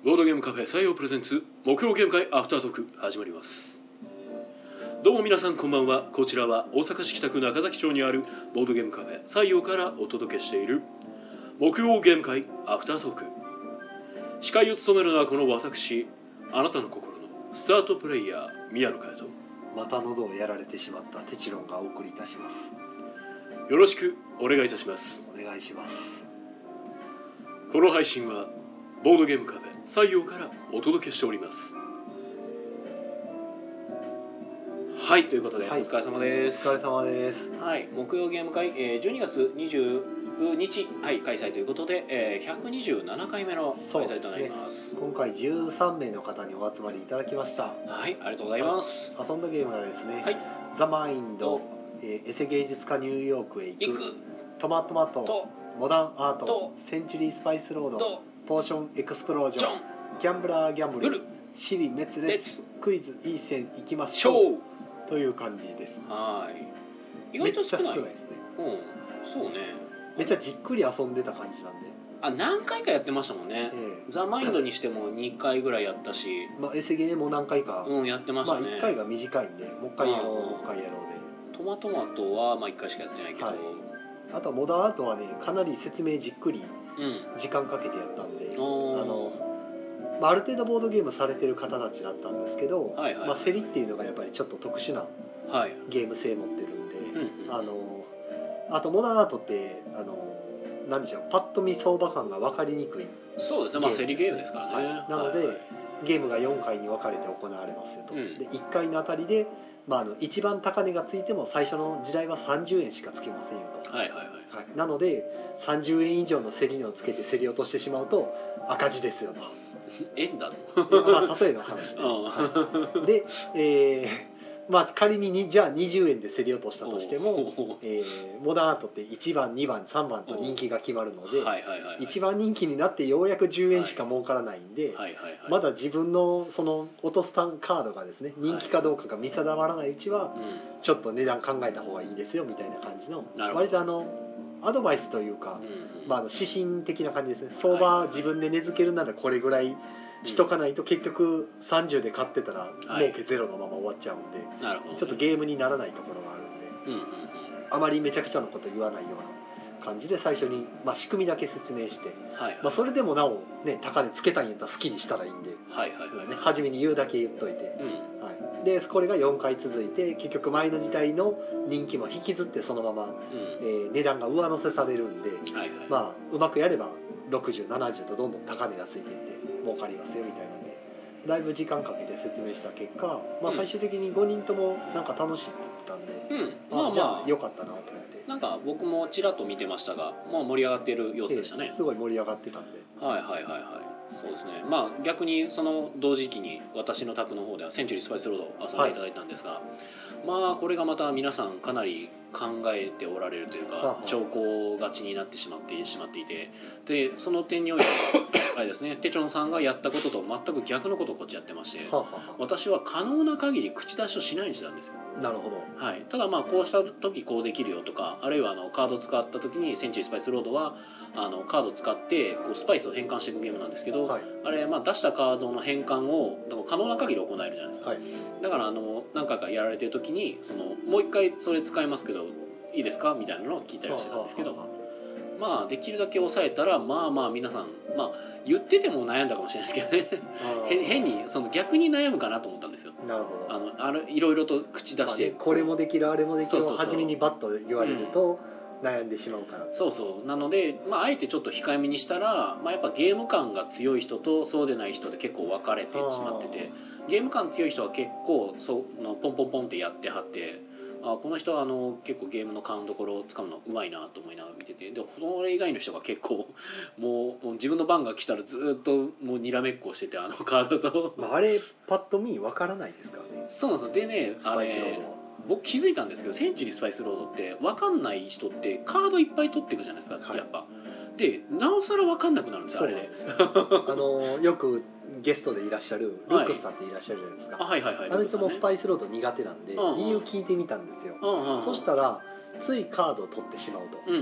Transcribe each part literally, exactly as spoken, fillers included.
ボードゲームカフェ採用プレゼンツ木曜ゲーム会アフタートーク始まります。どうも皆さんこんばんは。こちらは大阪市北区中崎町にあるボードゲームカフェ採用からお届けしている木曜ゲーム会アフタートーク。司会を務めるのはこの私、あなたの心のスタートプレイヤー宮野佳代と、 また喉をやられてしまったテチロンがお送りいたします。 よろしくお願いいたします。 お願いします。 この配信はボードゲームカフェ採用からお届けしております。はい、ということで、はい、お疲れ様です。 お疲れ様です。 はい、木曜ゲーム会、えー、じゅうにがつにじゅうにち、はい、開催ということで、えー、ひゃくにじゅうななかいめの開催となります。 ね、今回じゅうさんめいの方にお集まりいただきました。 はい、ありがとうございます。 遊んだゲームはですね、 はい、 ザ・マインド、えー、エセ芸術家ニューヨークへ行く、 行くトマトマト、モダンアート、センチュリースパイスロード、ポーションエクスプロージョン、ギャンブラーギャンブル、シリ滅裂、クイズいい線いきましょうという感じです。 はい。意外と少ない。 めっちゃ少ないですね。 うん、そうね。 めっちゃじっくり遊んでた感じなんで。 あ、何回かやってましたもんね。えー、ザ・マインドにしてもにかいぐらいやったし、 まあエセゲーも何回か、 うん、やってましたね。 まあいっかいが短いんで、もう一回やろう、もう一回やろうで。 トマトマトはまあいっかいしかやってないけど、はい、 あとはモダンアートはね、かなり説明じっくり時間かけてやったんで、うん、あの、まあ、ある程度ボードゲームされてる方たちだったんですけど、はいはいはい、まあ、競りっていうのがやっぱりちょっと特殊なゲーム性持ってるんで、はい、あのあとモダンアートってあの何でしょう、パッと見相場感が分かりにくい。 そうですね、まあ競りゲームですからね、はい、 なので、はいはい、ゲームがよんかいに分かれて行われますよと、うん、でいっかいのあたりで、まあ、あの一番高値がついても最初の時代はさんじゅうえんしかつけませんよと、はいはいはいはい、なのでさんじゅうえん以上の競り値をつけて競り落としてしまうと赤字ですよと円だのまあ例えの話で、はい、で、えーまあ、仮ににじゃあにじゅうえんで競り落としたとしても、えー、モダンアートっていちばんにばんさんばんと人気が決まるので、はいはいはいはい、いちばん人気になってようやくじゅうえんしか儲からないんで、はいはいはいはい、まだ自分のその落とすカードがですね、人気かどうかが見定まらないうちは、はい、ちょっと値段考えた方がいいですよみたいな感じの、割とあのアドバイスというか、うんうん、まあ、あの指針的な感じですね。相場自分で値付けるならこれぐらいしとかないと結局さんじゅうで買ってたら儲けゼロのまま終わっちゃうんで、はい、ちょっとゲームにならないところがあるんで、うんうんうん、あまりめちゃくちゃなこと言わないような感じで最初に、まあ、仕組みだけ説明して、はいはい、まあ、それでもなお、ね、高値つけたんやったら好きにしたらいいんで、はいはいはいね、初めに言うだけ言っといて、うん、はい、でこれがよんかい続いて結局前の時代の人気も引きずってそのまま、うん、えー、値段が上乗せされるんで、はいはい、まあ、うまくやればろくじゅう、ななじゅうとどんどん高値がついていって儲かりますよみたいなので、だいぶ時間かけて説明した結果、まあ、最終的にごにんともなんか楽しいって言ってたんで、うん、まあ、まあ、じゃあ良かったなと思って、なんか僕もちらっと見てましたが、まあ、盛り上がっている様子でしたね、 えー、すごい盛り上がってたんで、 はいはいはいはい、そうですね。まあ逆にその同時期に私の宅の方ではセンチュリースパイスロードを遊んでいただいたんですが、はい、まあこれがまた皆さんかなり考えておられるというか長考勝ちになってしまってしまっていて、でその点においてあれですね、テチョンさんがやったことと全く逆のことをこっちやってまして、私は可能な限り口出しをしないようにしてたんですよ。 なるほど、 はい、ただまあこうした時こうできるよとか、あるいはあのカード使った時にセンチュリースパイスロードはあのカード使ってこうスパイスを変換していくゲームなんですけど、はい、あれまあ出したカードの変換をでも可能な限り行えるじゃないですか、はい、だからあの何回かやられてる時にそのもう一回それ使いますけどいいですかみたいなのを聞いたりしてたんですけど、まあできるだけ抑えたらまあまあ皆さん、まあ言ってても悩んだかもしれないですけどね変にその逆に悩むかなと思ったんですよ。 なるほど。 あのあるいろいろと口出して、 まあね、これもできるあれもできるを初めにバッと言われると、うん、悩んでしまうから。 そうそうなので、まあ、あえてちょっと控えめにしたら、まあ、やっぱゲーム感が強い人とそうでない人で結構分かれてしまってて、ゲーム感強い人は結構そうのポンポンポンってやってはって、あこの人はあの結構ゲームの勘どころをつかむのうまいなと思いながら見てて、でそれ以外の人が結構もう、もう自分の番が来たらずっともうにらめっこしてて、あのカードと、 まあ、あれパッと見わからないですからね。 そうなんですよ。でね、あれ僕気づいたんですけど、センチュリースパイスロードって分かんない人ってカードいっぱい取っていくじゃないですか、はい、やっぱでなおさら分かんなくなるんですよ、あれであのよくゲストでいらっしゃるルックスさんっていらっしゃるじゃないですか、はい、はいはいはい、あの人もスパイスロード苦手なんで、うんうん、理由聞いてみたんですよ、うんうんうん、そしたらついカードを取ってしまうと、 うんうん、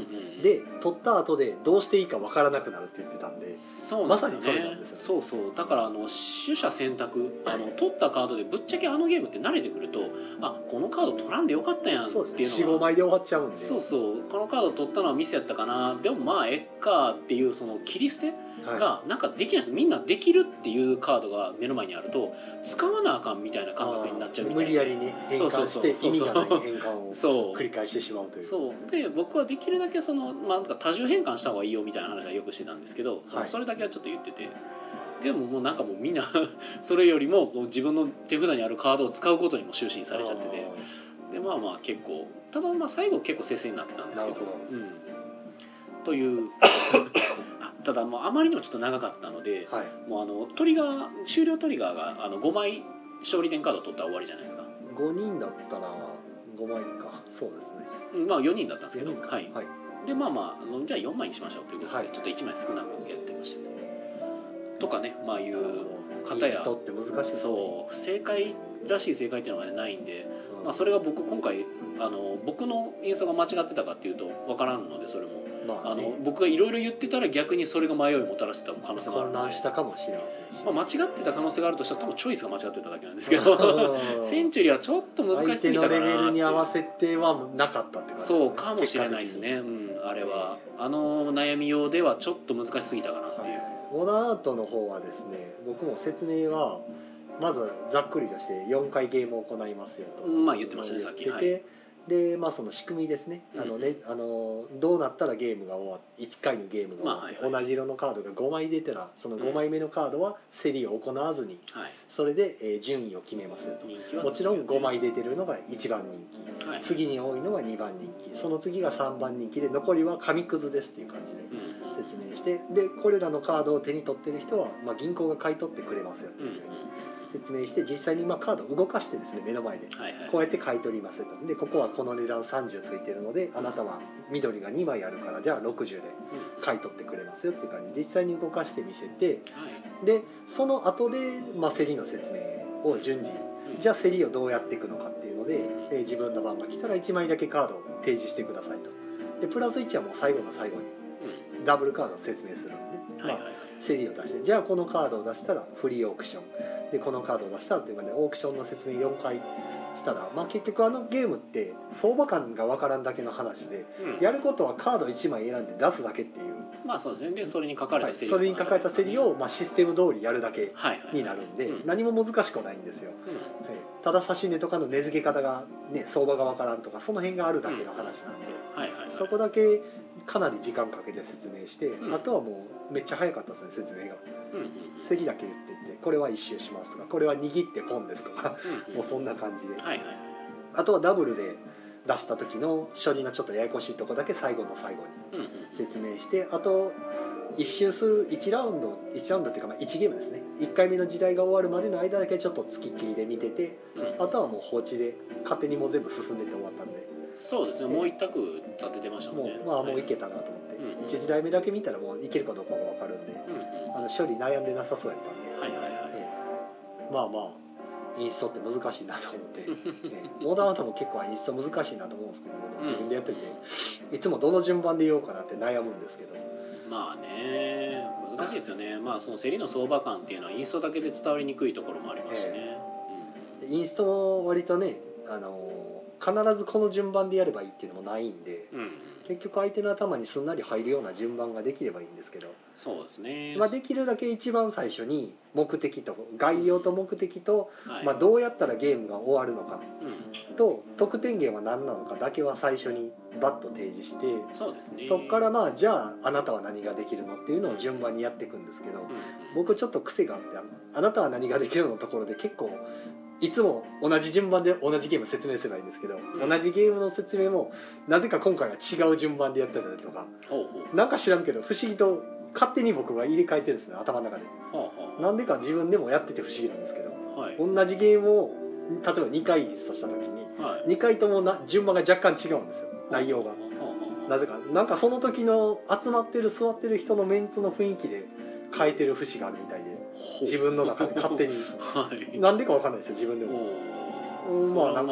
で取った後でどうしていいかわからなくなるって言ってたんで、 そうなんですよね、 まさにそれなんですよね。 そうそうだからあの取捨選択あの取ったカードでぶっちゃけあのゲームって慣れてくるとあこのカード取らんでよかったやんっていうのが よん,ご枚で終わっちゃうんで、 そうそうこのカード取ったのはミスやったかなでもまあえっかっていうその切り捨てがなんかできないです、みんなできるっていうカードが目の前にあると使わなあかんみたいな感覚になっちゃうみたいな、 無理やりね変換して意味がない変換を繰り返してしまうという。 そうで僕はできるだけその、まあ、なんか多重変換した方がいいよみたいな話はよくしてたんですけど、そのそれだけはちょっと言ってて、でももうなんかもうみんなそれよりも自分の手札にあるカードを使うことにも終始されちゃってて、でまあまあ結構ただまあ最後結構接戦になってたんですけど、うん、というただもうあまりにもちょっと長かったので、はい、もうあのトリガー終了トリガーがあのごまい勝利点カード取ったら終わりじゃないですか。 ごにんだったらごまいか、そうですね、 まあよにんだったんですけど、はい、 はい、 でまあまああのじゃあよんまいにしましょうということで、はい、ちょっといちまい少なくやってましたねとかね、まあいう方や、 って難しいですね、 そう正解らしい正解っていうのがないんで、うん、まあ、それが僕今回あの僕のインストが間違ってたかっていうと分からんので、それも、まあね、あの僕がいろいろ言ってたら逆にそれが迷いをもたらしてた可能性があるので、 混乱したかもしれませんし、 まあ、間違ってた可能性があるとしたら多分チョイスが間違ってただけなんですけどセンチュリーはちょっと難しすぎたかなって、 相手のレベルに合わせてはなかったって感じですね。 そうかもしれないですね、うん、あれはあの悩み用ではちょっと難しすぎたかなっていう、はい、 モダンアートの方はですね、僕も説明はまずざっくりとしてよんかいゲームを行いますよと、 まあ言ってましたねさっき、はい、 でまあその仕組みですね、あのね、うん、あのどうなったらゲームが終わっていっかいのゲームが終わって、まあはいはい、同じ色のカードがごまい出たらそのごまいめのカードは競りを行わずに、うん、それで、えー、順位を決めますと、ね、もちろんごまい出てるのがいちばん人気、はい、次に多いのがにばん人気、その次がさんばん人気で残りは紙くずですっていう感じで説明して、でこれらのカードを手に取ってる人は、まあ、銀行が買い取ってくれますよっていうふうに説明して、実際にまあカードを動かしてですね、目の前でこうやって買い取りますと、でここはこの値段さんじゅうついてるので、あなたは緑がにまいあるからじゃあろくじゅうで買い取ってくれますよっていう感じで実際に動かしてみせて、でその後でまあ競りの説明を順次、じゃあ競りをどうやっていくのかっていうので、えー、自分の番が来たらいちまいだけカードを提示してくださいと、でプラスいちはもう最後の最後にダブルカードを説明するんで、まあ競りを出して、じゃあこのカードを出したらフリーオークションで、このカードを出したらっていうかね、オークションの説明よんかいしたら、まあ、結局あのゲームって相場感が分からんだけの話で、うん、やることはカードいちまい選んで出すだけっていう、 まあそうですね、でそれに書かれた競り、はい、それに書かれた競りを、まあ、システム通りやるだけになるんで、はいはいはい、何も難しくないんですよ、うん、はい、ただ指値とかの値付け方が、ね、相場が分からんとかその辺があるだけの話なんで、うん、はいはいはい、そこだけかなり時間かけて説明して、うん、あとはもうめっちゃ早かったですね説明が、うんうんうん、競りだけ言ってってこれは一周しますとかこれは握ってポンですとか、うんうん、もうそんな感じで、はいはい、あとはダブルで出した時の処理のちょっとややこしいとこだけ最後の最後に説明して、うんうん、あと一周するいちラウンドいちラウンドっていうかまあいちゲームですね、いっかいめの時代が終わるまでの間だけちょっと付きっきりで見てて、うん、あとはもう放置で勝手にもう全部進んでて終わったんで、 そうですね、もう一択立ててましたもんね、 もうまあもういけたなと思って、はい、いち時代目だけ見たらもういけるかどうかが分かるんで、うんうん、あの処理悩んでなさそうやったんで、はいはいはい、ええ、まあまあインストって難しいなと思って、ね、モダンアートも結構インスト難しいなと思うんですけど、自分でやってて、うん、いつもどの順番で言おうかなって悩むんですけど、 まあね難しいですよね、まあその競りの相場感っていうのはインストだけで伝わりにくいところもありますしね、えーうん、インスト割とね、あの必ずこの順番でやればいいっていうのもないんで、うん、結局相手の頭にすんなり入るような順番ができればいいんですけど、 そうですね、 まあ、できるだけ一番最初に目的と概要と目的と、はい、まあ、どうやったらゲームが終わるのか、うん、と得点源は何なのかだけは最初にバッと提示して、 そうですね、 そっからまあじゃああなたは何ができるのっていうのを順番にやっていくんですけど、うん、僕ちょっと癖があって、あなたは何ができるのところで結構いつも同じ順番で同じゲーム説明すればいいんですけど、うん、同じゲームの説明もなぜか今回は違う順番でやってたりとか、ほうほう、なんか知らんけど不思議と勝手に僕が入れ替えてるんですね、頭の中で、ほうほう、なんでか自分でもやってて不思議なんですけど、はい、同じゲームを例えばにかいインストした時に、はい、にかいともな順番が若干違うんですよ、内容が、なぜかなんかその時の集まってる座ってる人のメンツの雰囲気で変えてる節があるみたいで、自分の中で勝手に、はい、なんでかわかんないですよ自分でも、うん、まあなんか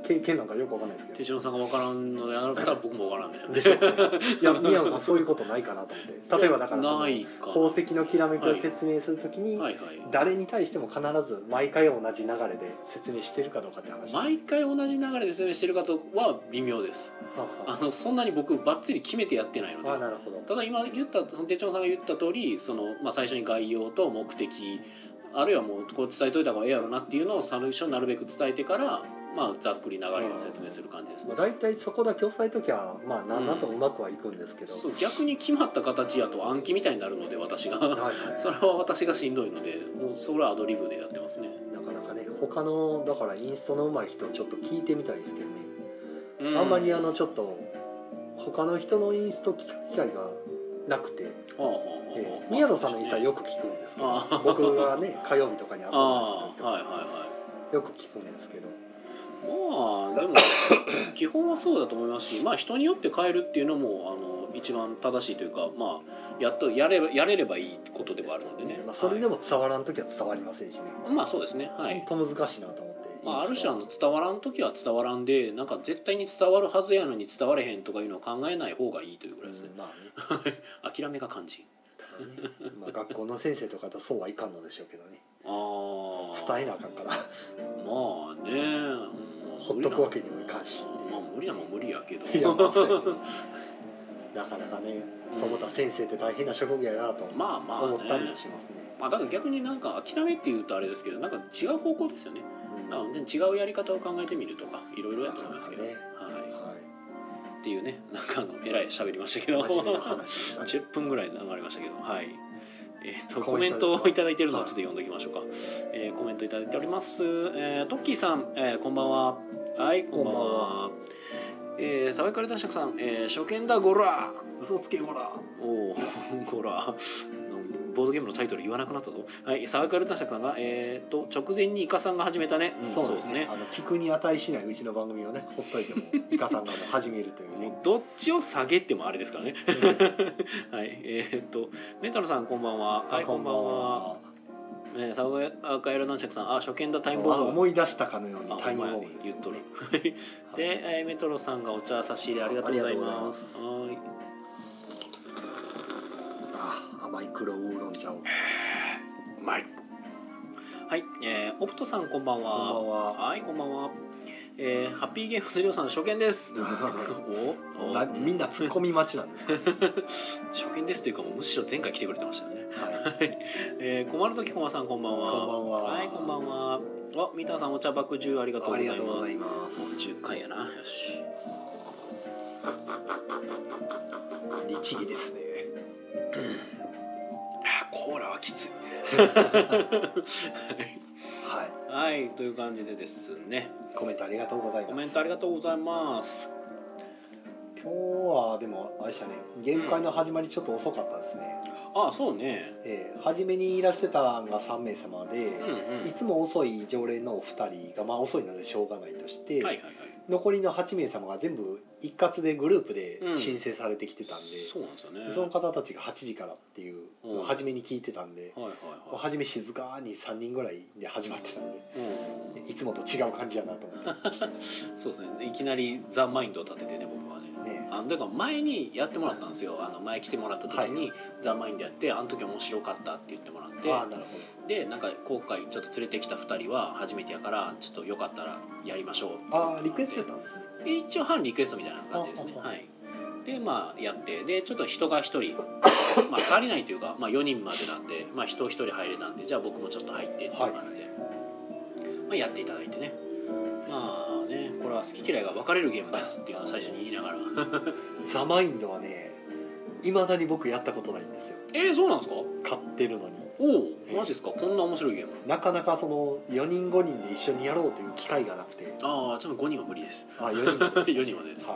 経験なんかよくわかんないですけど、 手嶋さんがわからんのであったら僕もわからんでしょうね。 でしょうね。いや宮野さんそういうことないかなと思って例えばだからないか宝石のきらめきを説明するときに、 はいはいはい、 誰に対しても必ず毎回同じ流れで説明してるかどうかって話。 毎回同じ流れで説明してるかとは微妙です。あのそんなに僕バッツリ決めてやってないので。 あ、なるほど。 ただ今言った手帳さんが言った通りその、まあ、最初に概要と目的あるいはもうこう伝えといた方がええやろなっていうのを最初になるべく伝えてから、まあ、ざっくり流れを説明する感じですね。 だいたいそこだけ押さえときゃまあ何だとうまくはいくんですけど、 うん、そう逆に決まった形やと暗記みたいになるので私が、はいはい、それは私がしんどいのでもうそれはアドリブでやってますね。 なかなかね他のだからインストの上手い人ちょっと聞いてみたいですけどね、うん、あんまりあのちょっと他の人のインスト聞く機会がなくて、はあはあえー、宮野さんのインストはよく聞くんですけど、ああ僕がね火曜日とかに遊んだ時とか、はいはいはい、よく聞くんですけど、 まあでも基本はそうだと思いますし、まあ人によって変えるっていうのもあの一番正しいというか、まあやっとやれやれればいいことではあるのでね。 まあ、それでも伝わらん時は伝わりませんしね。 はい、まあそうですね。はい。 本当難しいなと思って。 まあ、ある種あの伝わらん時は伝わらんでなんか絶対に伝わるはずやのに伝われへんとかいうのを考えない方がいいというぐらいですね。うん、まあね諦めが肝心。 まあ学校の先生とかとそうはいかんのでしょうけどね。ああ伝えなあかんから。まあね、うん、 ほっとくわけにもいかんし、 まあ無理なもん無理やけど。 いやまあそうやねなかなかね、そこだ先生って大変な職業やなと思ったりもしますね。 まあだから逆になんか諦めって言うとあれですけどなんか違う方向ですよね。うん、違うやり方を考えてみるとかいろいろやと思いますけど、ねはいはい、っていうねなんかあのえらい喋りましたけどじゅっぷんぐらい流れましたけど、はいえー、とコメントをいただいているのをちょっと読んでおきましょうか、はいえー、コメントいただいております、えー、トッキーさん、えー、こんばんは。はいこんばんは。えー、爽やかれたしゃくさん、えー、初見だゴラ嘘つけゴラおおゴラボードゲームのタイトル言わなくなったぞ。はい、沢倉田さんが、えー、と直前にイカさんが始めたね。 うん、そうですね。あの聞くに値しないうちの番組をね、ほっといてもイカさんがもう始めるというね。 もうどっちを下げてもあれですからね。うん、はい、えっ、ー、とメタルさんこんばんは。はい、こんばんは。えー、沢倉田さん、あ、初見だタイムボーイ。 思い出したかのようにタイムボーイ、ね、 言っとる。で、えー、メトロさんがお茶差し入れありがとうございます。はい。 甘い黒ウーロン茶をうまい。はい、えー、オプトさんこんばんは。 こんばんは。 はいこんばんは。えー、ハッピーゲームスリオさん初見です。 おおみんなツッコミ待ちなんですか、ね、 初見ですというかもうむしろ前回来てくれてましたよね。 はい、 えー、困るときこまさんこんばんは。 こんばんは。 はいこんばんは。あ三田さんお茶爆じゅうありがとうございます。 ありがとうございます。 じゅっかいやな。よし。 律儀ですね。 うんコーラはきついはい、 はい、という感じでですねコメントありがとうございます。 コメントありがとうございます。 今日はでもあれでしたねゲーム会の始まりちょっと遅かったですね、 うん、ああそうね、 えー、初めにいらしてたのがさんめい様で、 うんうん、 いつも遅い常連のお二人がまあ遅いのでしょうがないとして、 はいはいはい、 残りのはちめい様が全部一括でグループで申請されてきてたんで、うん、 そうなんですよね。 その方たちがはちじからっていうのを初めに聞いてたんで、 はいはいはい、 初め静かにさんにんぐらいで始まってたんで、うん、いつもと違う感じやなと思ってそうですねいきなりザ・マインドを立ててね僕はねねあのだから前にやってもらったんですよ。あの前来てもらった時に、はい、ザ・マインドやってあの時面白かったって言ってもらって、 あなるほどでなんか今回ちょっと連れてきたふたりは初めてやからちょっとよかったらやりましょうってあリクエストやったんですね。 一応半リクエストみたいな感じですね。はい、でまあやってでちょっと人がひとりまあ足りないというか、まあ、よにんまでなんで、まあ、人ひとり入れたんでじゃあ僕もちょっと入ってっていう感じで、はいまあ、やっていただいてねまあねこれは好き嫌いが分かれるゲームですっていうのを最初に言いながらザ・マインドはねいまだに僕やったことないんですよ。 えー、そうなんですか。 買ってるのに。 おおマジですか。こんな面白いゲームなかなかそのよにんごにんで一緒にやろうという機会がなくて。 ああちょっとごにんは無理です。 あよにんはです、 よにんはです。 はい。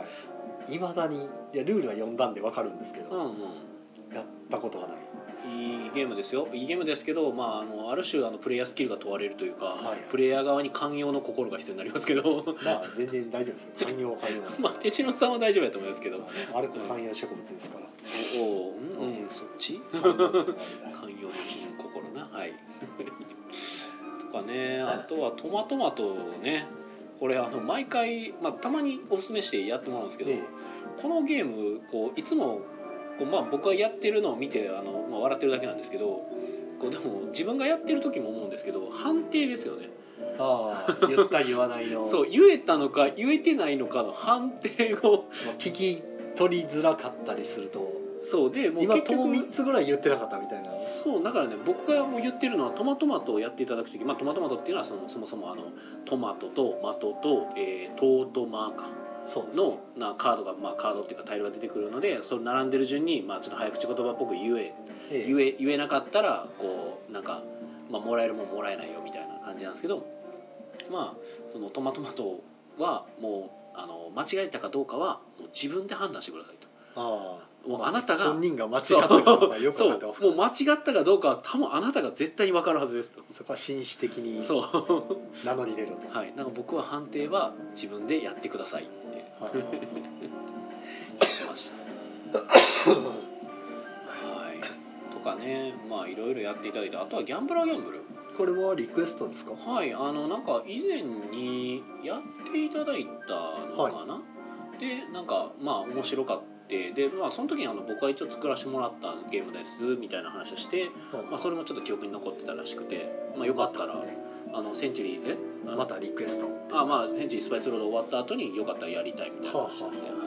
いまだにいやルールは読んだんで分かるんですけど、 うんうん、 やったことがない。 いいゲームですよ。いいゲームですけど、まあ、あのある種あのプレイヤースキルが問われるというか、はい、プレイヤー側に寛容の心が必要になりますけどまあ全然大丈夫ですよ。寛容は寛容まあ手品さんは大丈夫だと思いますけどあれこれ寛容植物ですから、 うん、おおうん、うん、そっち寛容の心なはいとかねあとはトマトマトねこれあの毎回、まあ、たまにおすすめしてやってもらうんですけど、ええ、このゲームこういつもこう、まあ、僕がやってるのを見てあの、まあ、笑ってるだけなんですけど、こうでも自分がやってる時も思うんですけど、判定ですよね。 ああ、言った言わないのそう言えたのか言えてないのかの判定を聞き取りづらかったりすると、 そうでもう結局今ともみっつぐらい言ってなかったみたいな。 そうだからね、僕がもう言ってるのはトマトマトをやっていただく時、まあ、トマトマトっていうのはそのそもそもあのトマトと的と、えー、トートマーカーのなカードが、まあ、カードっていうかタイルが出てくるので、それ並んでる順に、まあ、ちょっと早口言葉っぽく言え、ええ、言え言えなかったらこうなんか、まあ、もらえるもんもらえないよみたいな感じなんですけど、まあそのトマトマトはもうあの間違えたかどうかはもう自分で判断してくださいと。ああ、もうあなたが本人が間違ったかどうかよく分かってますから。 そうもう間違ったかどうかは多分あなたが絶対に分かるはずですと。 そこは紳士的にそう名乗り出ると。 はい、なんか僕は判定は自分でやってくださいって言ってました。はいとかね、まあいろいろやっていただいて、あとはギャンブラーギャンブル。 これはリクエストですか？ はい、あのなんか以前にやっていただいたのかな、はい、でなんかまあ面白かった。で、まあ、その時にあの僕は一応作らせてもらったゲームですみたいな話をして、まあ、それもちょっと記憶に残ってたらしくて、まあ、よかったら、あのセンチュリーえまたリクエストあ、まあ、センチュリースパイスロード終わった後によかったらやりたいみたいな話なんで、はい、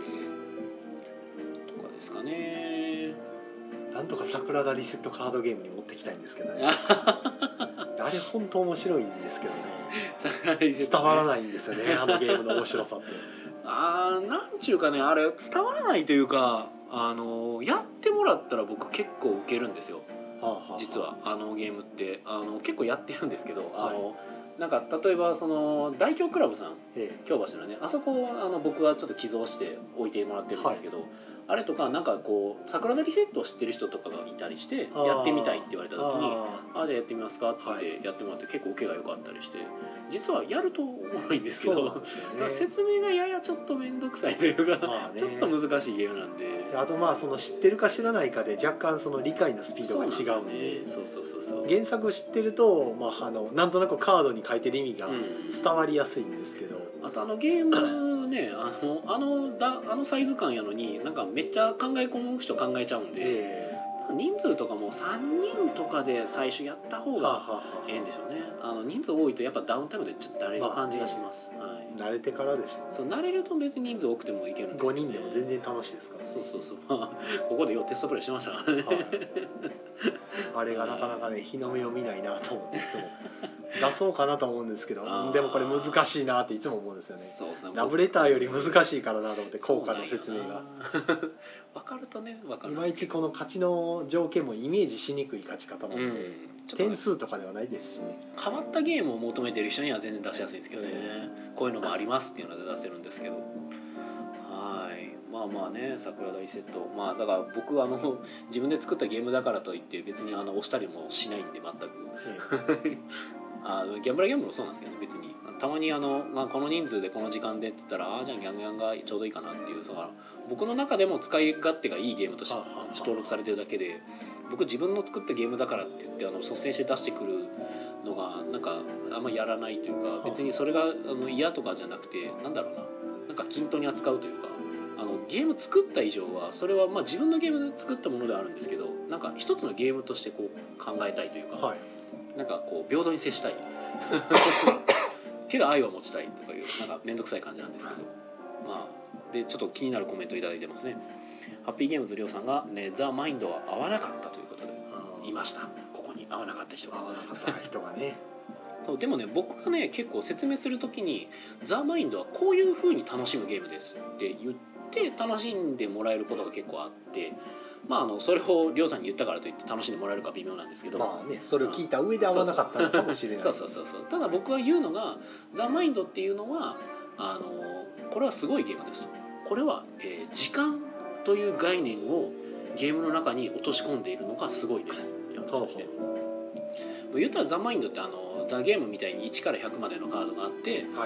とかですかね。 なんとか桜田リセットカードゲームに持ってきたいんですけどねあれ本当面白いんですけどね桜田リセット、ね、伝わらないんですよねあのゲームの面白さってあーなんちゅうかね、あれ伝わらないというか、あのやってもらったら僕結構ウケるんですよ、はあはあ、実はあのゲームってあの結構やってるんですけど、はい、あのなんか例えばその大京クラブさん、ええ、京橋のね、あそこあの僕はちょっと寄贈して置いてもらってるんですけど、はい、あれとかなんかこう桜田リセットを知ってる人とかがいたりしてやってみたいって言われた時にああじゃあやってみますかっつってやってもらって結構受けが良かったりして、実はやるとおもろいんですけど、ね、ただ説明がややちょっと面倒くさいというか、まあね、ちょっと難しいゲームなんで、 あとまあその知ってるか知らないかで若干その理解のスピードが違うんで、 そうそうそうそう、 原作知ってると、まあ、あのなんとなくカードに書いてる意味が伝わりやすいんですけど、 うん、あとあのゲームね、あのあのだあのサイズ感やのになんかめっちゃ考え込む人考えちゃうんで、えー、人数とかもさんにんとかで最初やった方がええんでしょうね。あの人数多いとやっぱダウンタイムでちょっとだれる感じがします、まあね、 はい、慣れてからでしょう、ね、 そう慣れると別に人数多くてもいけるんですよね。 ごにんでも全然楽しいですから、ね、 そうそうそう、まあ、ここでようテストプレイしましたからね、はい、 あれがなかなかね日の目を見ないなと思っていつも出そうかなと思うんですけどでもこれ難しいなっていつも思うんですよね。そうですね、ラブレターより難しいからなと思って効果の説明が分かるとね分かる。 いまいちこの勝ちの条件もイメージしにくい勝ち方なんで、うん、点数とかではないですしね。 変わったゲームを求めてる人には全然出しやすいんですけどね、うん、こういうのもありますっていうので出せるんですけど、はいまあまあね、桜田リセット、まあだから僕はあの自分で作ったゲームだからといって別にあの押したりもしないんで全く、うんあギャンブラーギャンブルもそうなんですけど、ね、別にたまにあの、まあ、この人数でこの時間でって言ったらあじゃあギャンギャンがちょうどいいかなっていう、その僕の中でも使い勝手がいいゲームとして登録されてるだけで、僕自分の作ったゲームだからって言ってあの率先して出してくるのがなんかあんまやらないというか、別にそれがあの嫌とかじゃなくてなんだろうな、なんか均等に扱うというか、あのゲーム作った以上はそれはまあ自分のゲームで作ったものではあるんですけど、なんか一つのゲームとしてこう考えたいというか、はい、なんかこう平等に接したいけど愛は持ちたいとかいうなんか面倒くさい感じなんですけど、まあでちょっと気になるコメントいただいてますね。ハッピーゲームズりょうさんが、ね、ザ・マインドは合わなかったということでいました。ここに合わなかった人が合わなかった人がねそうでもね、僕がね結構説明するときにザ・マインドはこういう風に楽しむゲームですって言って楽しんでもらえることが結構あって、まあ、あのそれをりょうさんに言ったからといって楽しんでもらえるか微妙なんですけど、 まあね、それを聞いた上で合わなかったのかもしれない。 そうそうそうそう。ただ僕は言うのがザ・マインドっていうのはあのこれはすごいゲームです。これは、えー、時間という概念をゲームの中に落とし込んでいるのがすごいですっていう話をして、言ったらザ・マインドってあのザ・ゲームみたいにいちからひゃくまでのカードがあって、はい、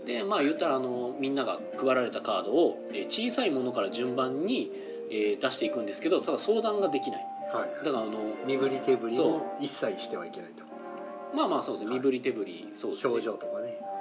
でまあ言ったらあのみんなが配られたカードを、えー、小さいものから順番に、えー、出していくんですけど、ただ相談ができない、はい、だからあの身振り手振りも一切してはいけないと。 まあまあそうですね、身振り手振り、そうですね、 表情とかね、あの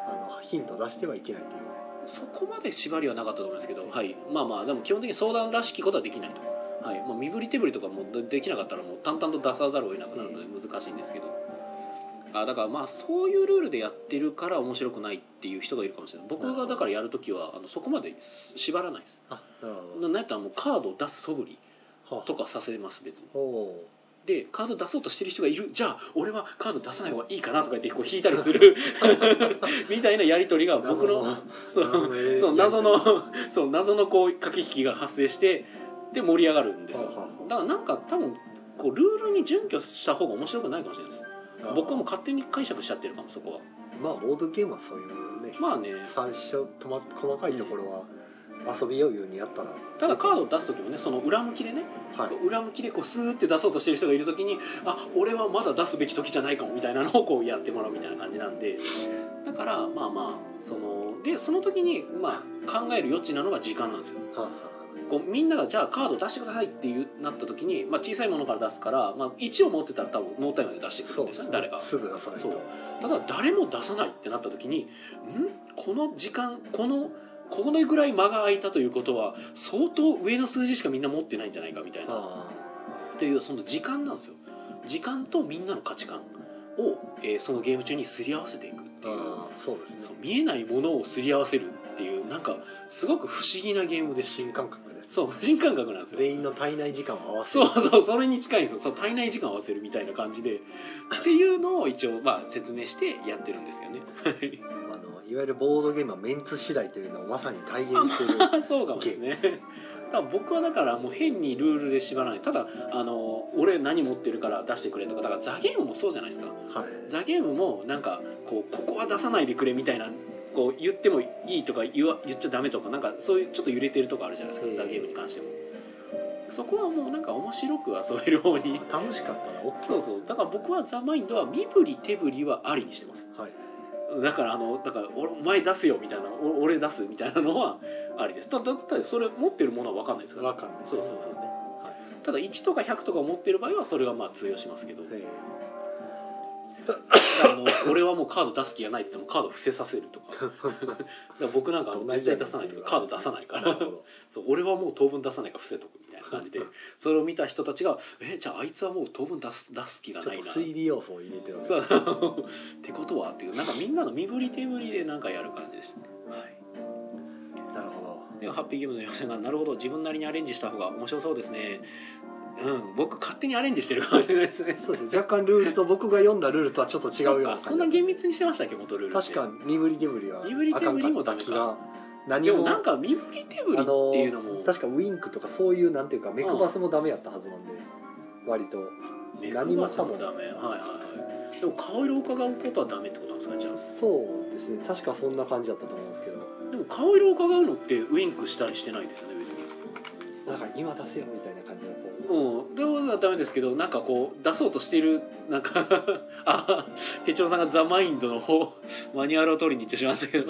ヒント出してはいけないという。 そこまで縛りはなかったと思いますけど、はい、まあまあでも基本的に相談らしきことはできないと、はい、まあ、身振り手振りとかもできなかったらもう淡々と出さざるを得なくなるので難しいんですけど、あだからまあそういうルールでやってるから面白くないっていう人がいるかもしれない。僕がだからやるときはあのそこまで縛らないです。 あ、なるほど。 なんやったらもうカードを出す素振りとかさせます別に。でカード出そうとしてる人がいる、じゃあ俺はカード出さない方がいいかなとか言ってこう引いたりするみたいなやり取りが僕のそうそう謎のそう謎のこう駆け引きが発生してで盛り上がるんですよ。だからなんか多分こうルールに準拠した方が面白くないかもしれないです。僕はもう勝手に解釈しちゃってるかもそこは。 まあボードゲームはそういうね、 まあね最初とま細かいところは、うん遊びようようにやったら、 ただカードを出す時もねその裏向きでね、はい、こう裏向きでこうスーって出そうとしてる人がいる時にあ俺はまだ出すべき時じゃないかもみたいなのをこうやってもらうみたいな感じなんで、だからまあまあそのでその時にまあ考える余地なのが時間なんですよ。はあこうみんながじゃあカード出してくださいっていうなった時に、まあ、小さいものから出すから、まあ、いちを持ってたら多分ノータイムで出してくるんですよね誰かすぐ出さないと。 そうただ誰も出さないってなった時にんこの時間このこのぐらい間が空いたということは相当上の数字しかみんな持ってないんじゃないかみたいなっていうその時間なんですよ。時間とみんなの価値観を、えー、そのゲーム中にすり合わせていくっていう、 そうですね、 そう見えないものをすり合わせるっていうなんかすごく不思議なゲームで新感覚です。 そう新感覚なんですよ。 全員の体内時間を合わせる。 そうそうそれに近いんですよ。そう体内時間を合わせるみたいな感じでっていうのを一応まあ説明してやってるんですよね。 あのいわゆるボードゲームはメンツ次第というのをまさに体現している。 そうかもですね。多分僕はだからもう変にルールで縛らない。ただあの俺何持ってるから出してくれとかだからザゲームもそうじゃないですか。はい、ザゲームもなんかこうここは出さないでくれみたいなこう言ってもいいとか言わ言っちゃダメとかなんかそういうちょっと揺れてるとこあるじゃないですかザゲームに関しても。そこはもうなんか面白く遊べる方に楽しかったな。 そうそうだから僕はザ・マインドは身振り手振りはありにしてます。はいだからあのだからお前出すよみたいなお俺出すみたいなのはありです。ただだったらそれ持ってるものは分かんないですから、 ね、分かんない、 そうそうそう、ねはい、ただいちとかひゃくとか持ってる場合はそれがまあ通用しますけどあの俺はもうカード出す気がないって言ってもカード伏せさせるとかだから僕なんかあの絶対出さないとかカード出さないからそう俺はもう当分出さないから伏せとくみたいな感じでそれを見た人たちがえじゃああいつはもう当分出す出す気がないな推理要素を入れてるそうってことはっていうなんかみんなの身振り手振りでなんかやる感じですね。はいなるほど。 でハッピーゲームの予選がなるほど自分なりにアレンジした方が面白そうですね。うん僕勝手にアレンジしてるかもしれないですね。 そうです若干ルールと僕が読んだルールとはちょっと違うような感じ。 そんな厳密にしてましたっけ元ルールって。 確かに身振り手振りは身振り手振りもダメか。 何もでもなんか身振り手振りっていうのも確かウインクとかそういうなんていうか目くばせもダメやったはずなんで、うん、割と目くばせもダメはいはいはいでも顔色を伺うことはダメってことなんですかじゃあ。 そうですね確かそんな感じだったと思うんですけどでも顔色を伺うのってウインクしたりしてないですよね別に。 なんか今出せよみたいな感じのうん、でもはダメですけどなんかこう出そうとしているなんかあ手帳さんがザ・マインドの方マニュアルを取りに行ってしまったけど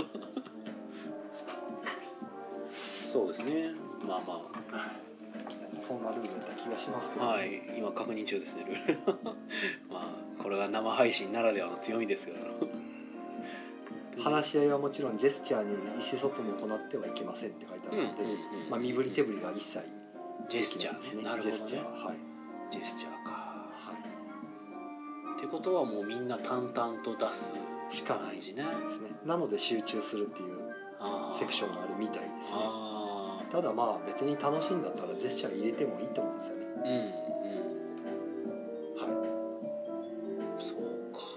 そうですねまあまあそんなルールだった気がしますけど、 ね、はい今確認中ですねルールまあこれが生配信ならではの強みですから話し合いはもちろんジェスチャーによる意思疎通も行ってはいけませんって書いてあるので、うんうんうんまあ、身振り手振りが一切ジェスチャーねなるほどねジェスチャー、はい、ジェスチャーか、 はい、 ってことはもうみんな淡々と出すしかないですね。なので集中するっていうセクションがあるみたいですね。あただまあ別に楽しいんだったらジェスチャー入れてもいいと思うんですよね。うんうんはいそうか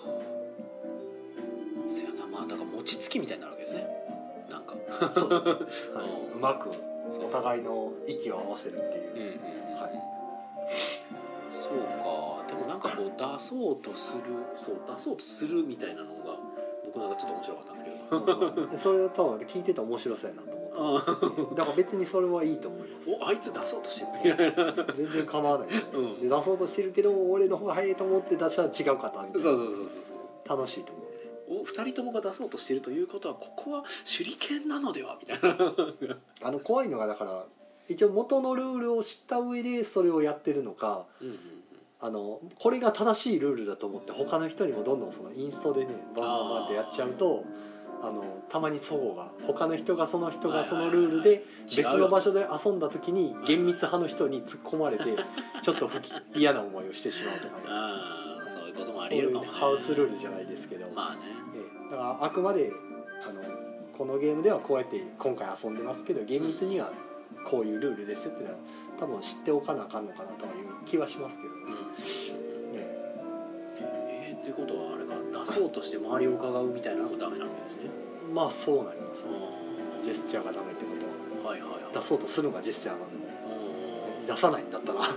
そやなまあだから餅つきみたいになるわけですねなんかそうです、はい、うまくお互いの息を合わせるっていう、うんうんうんはい、 そうかでもなんかこう出そうとするそう出そうとするみたいなのが僕なんかちょっと面白かったんですけど、 うん、それを多分聞いてて面白そうやなと思ってだから別にそれはいいと思いますおあいつ出そうとしてる全然構わない、うん、で出そうとしてるけど俺の方が早いと思って出したら違う方みたいなそうそうそうそう楽しいと思うおふたりともが出そうとしているということはここは手裏剣なのではみたいなあの怖いのがだから一応元のルールを知った上でそれをやってるのか、うんうんうん、あのこれが正しいルールだと思って他の人にもどんどんそのインストでねバンバンバンってやっちゃうとあのたまに齟齬が他の人がその人がそのルールで別の場所で遊んだ時に厳密派の人に突っ込まれてちょっと不嫌な思いをしてしまうとかね。 ああ、そういうこともあり得るかもね。 ハウスルールじゃないですけど、 まあね、 えだからあくまであのこのゲームではこうやって今回遊んでますけど厳密にはこういうルールですよっていうのは多分知っておかなあかんのかなという気はしますけどね。うんねえー、ってことはあれか、出そうとして周りを伺うみたいなのがダメなわけですね。 まあそうなりますね。ジェスチャーがダメってことは、はいはいはい、出そうとするのがジェスチャーなんで、出さないんだったら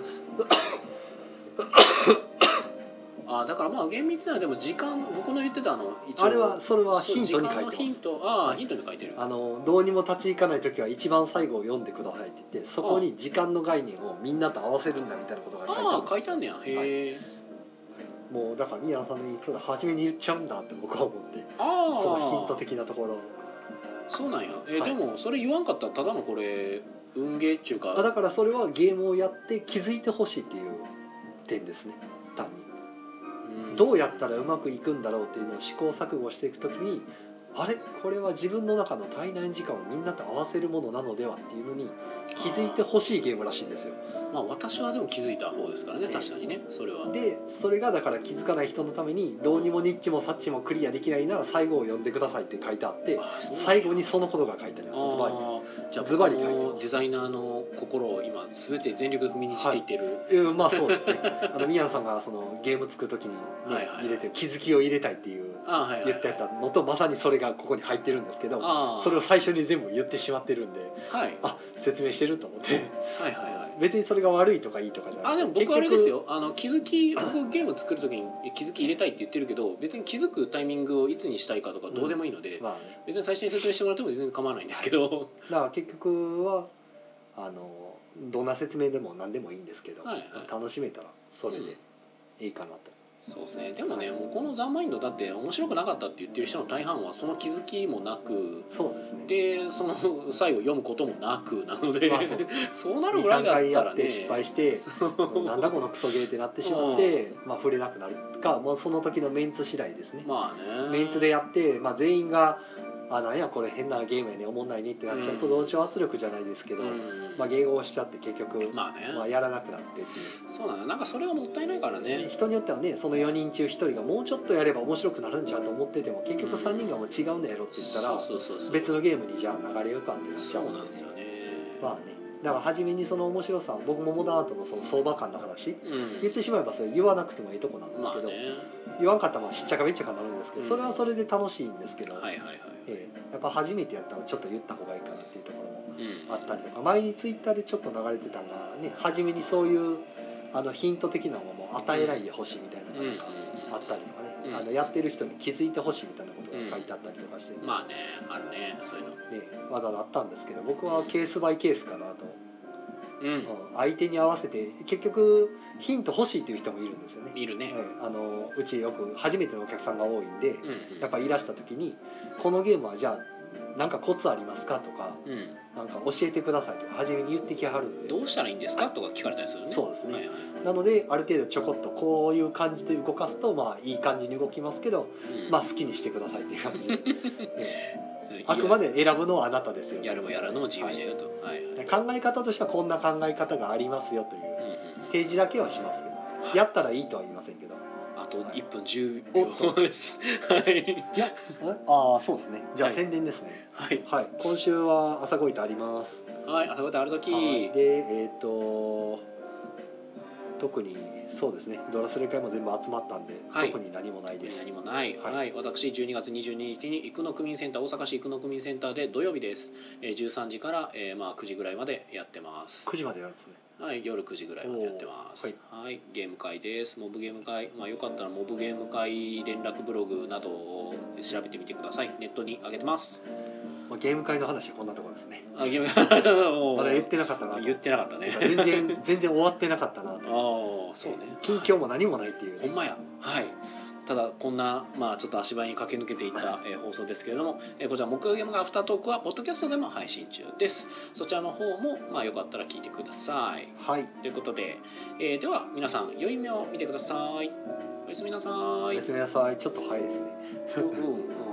あ、だからまあ厳密なでも時間、僕の言ってたあの一応あれはそれはヒントに書いてます。 ヒント、ああ、ヒントに書いてる。 あのどうにも立ち行かない時は一番最後を読んでくださいって言って、そこに時間の概念をみんなと合わせるんだみたいなことが書いてある。 ああ、書いてあんねや。へえ、 はい、もうだから宮野さんにそれ初めに言っちゃうんだって僕は思って、 ああ、 そのヒント的なところ。 そうなんや。えーはい、でもそれ言わんかったらただのこれ運ゲーっちゅうか。 だからそれはゲームをやって気づいてほしいっていう点ですね。単にどうやったらうまくいくんだろうっていうのを試行錯誤していくときに、あれこれは自分の中の体内時間をみんなと合わせるものなのではっていうのに気づいてほしいゲームらしいんですよ。 まあ私はでも気づいた方ですからね、確かにね、それは。 でそれがだから気づかない人のためにどうにもニッチもサッチもクリアできないなら最後を読んでくださいって書いてあって、最後にそのことが書いてあります。ズバリ。 じゃあ僕のデザイナーの心を今全て全力で踏みにじっていってる、 はい、まあそうですね。あの宮野さんがそのゲーム作る時に、ね、はいはいはい、入れて気づきを入れたいっていう言ってたのとまさにそれがここに入ってるんですけど、それを最初に全部言ってしまってるんで、はい、あ説明してると思ってはいはい、はい、別にそれが悪いとかいいとかじゃなくて、 あでも僕あれですよ、あの気づき僕ゲーム作る時に気づき入れたいって言ってるけど、別に気づくタイミングをいつにしたいかとかどうでもいいので、うん、まあね、別に最初に説明してもらっても全然構わないんですけどだから結局はあのどんな説明でも何でもいいんですけど、はいはい、楽しめたらそれでいいかなと、 うん、そうですね。でもね、もうこのザ・マインドだって面白くなかったって言ってる人の大半はその気づきもなく、 そうですね、 でその最後読むこともなくなので、まあ、そうそうなるぐらいだったらね、 失敗してなんだこのクソゲーってなってしまって、まあ、触れなくなるか、まあ、その時のメンツ次第ですね。まあね、メンツでやって、まあ、全員があなんやこれ変なゲームやね、おもんないねってなっちゃうと同調圧力じゃないですけど、うん、まあ、迎合しちゃって結局、まあね、まあ、やらなくなってっていう。 そうなの、なんかそれはもったいないからね。 人によってはね、そのよにん中ひとりがもうちょっとやれば面白くなるんちゃうと思ってても結局さんにんがもう違うんだやろって言ったら別のゲームにじゃあ流れようかってなっちゃうんで。そうなんですよね。まあね、だから初めにその面白さ、僕もモダンアートのその相場感の話、うん、言ってしまえばそれ言わなくてもいいとこなんですけど、まあね、言わんかったらまあしっちゃかめっちゃかなるんですけど、それはそれで楽しいんですけど、はいはいはい、えー、やっぱ初めてやったらちょっと言った方がいいかなっていうところもあったりとか、うん、前にツイッターでちょっと流れてたのがね、初めにそういうあのヒント的なものを与えないでほしいみたいなのがあったりとかね、うん、あのやってる人に気づいてほしいみたいなことが書いてあったりとかして、 うん、まあね、あるね、そういうのね、まだだったんですけど、僕はケースバイケースかなと。うん、相手に合わせて結局ヒント欲しいっていう人もいるんですよね。 いるね、 あのうちよく初めてのお客さんが多いんで、うんうん、やっぱいらした時にこのゲームはじゃあなんかコツありますかとか、うん、なんか教えてくださいとか初めに言ってきはるんで、 どうしたらいいんですかとか聞かれたりするね。 そうですね、 はいはい、 なのである程度ちょこっとこういう感じで動かすとまあいい感じに動きますけど、うん、まあ好きにしてくださいっていう感じで、ね、あくまで選ぶのはあなたですよ、 やるもやらぬも自由じゃよと、はいはい、 考え方としてはこんな考え方がありますよという提示だけはしますけど、うん、やったらいいとは言いませんけど。 あといっぷんじゅうびょうですはいいやああそうですね、じゃあ宣伝ですね。はい、はい、今週は朝ごいたあります。 はい、朝ごいたあるとき、はい、 でえっ、ー、と特にそうですね、ドラスレ会も全部集まったんで、はい、特に何もないです。 何もない、はいはい、私じゅうにがつにじゅうににちに生野区民センター、大阪市生野区民センターで土曜日です、えー、じゅうさんじから、えーまあ、くじぐらいまでやってます。 くじまでやるんですね。 はい、夜くじぐらいまでやってます。はい、はい、ゲーム会です。モブゲーム会、まあよかったらモブゲーム会連絡ブログなどを調べてみてください。ネットに上げてます。 まあ、ゲーム会の話はこんなところですね。 あ、ゲーム会まだ言ってなかったな。 言ってなかったね。 全然全然終わってなかったな。ああ、 そうね。 近況も何もないっていう、 ね。ほんまや。はい。ただこんな、まあ、ちょっと足早に駆け抜けていった、えー、放送ですけれども、えー、こちら木曜ゲームがアフタートークはポッドキャストでも配信中です。そちらの方も、まあ、よかったら聞いてください。はい、ということで、えー、では皆さん良い夢を見てください。おやすみなさい。おやすみなさい。ちょっと早いですね。うんうんうん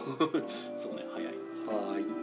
そうね早い。 はい。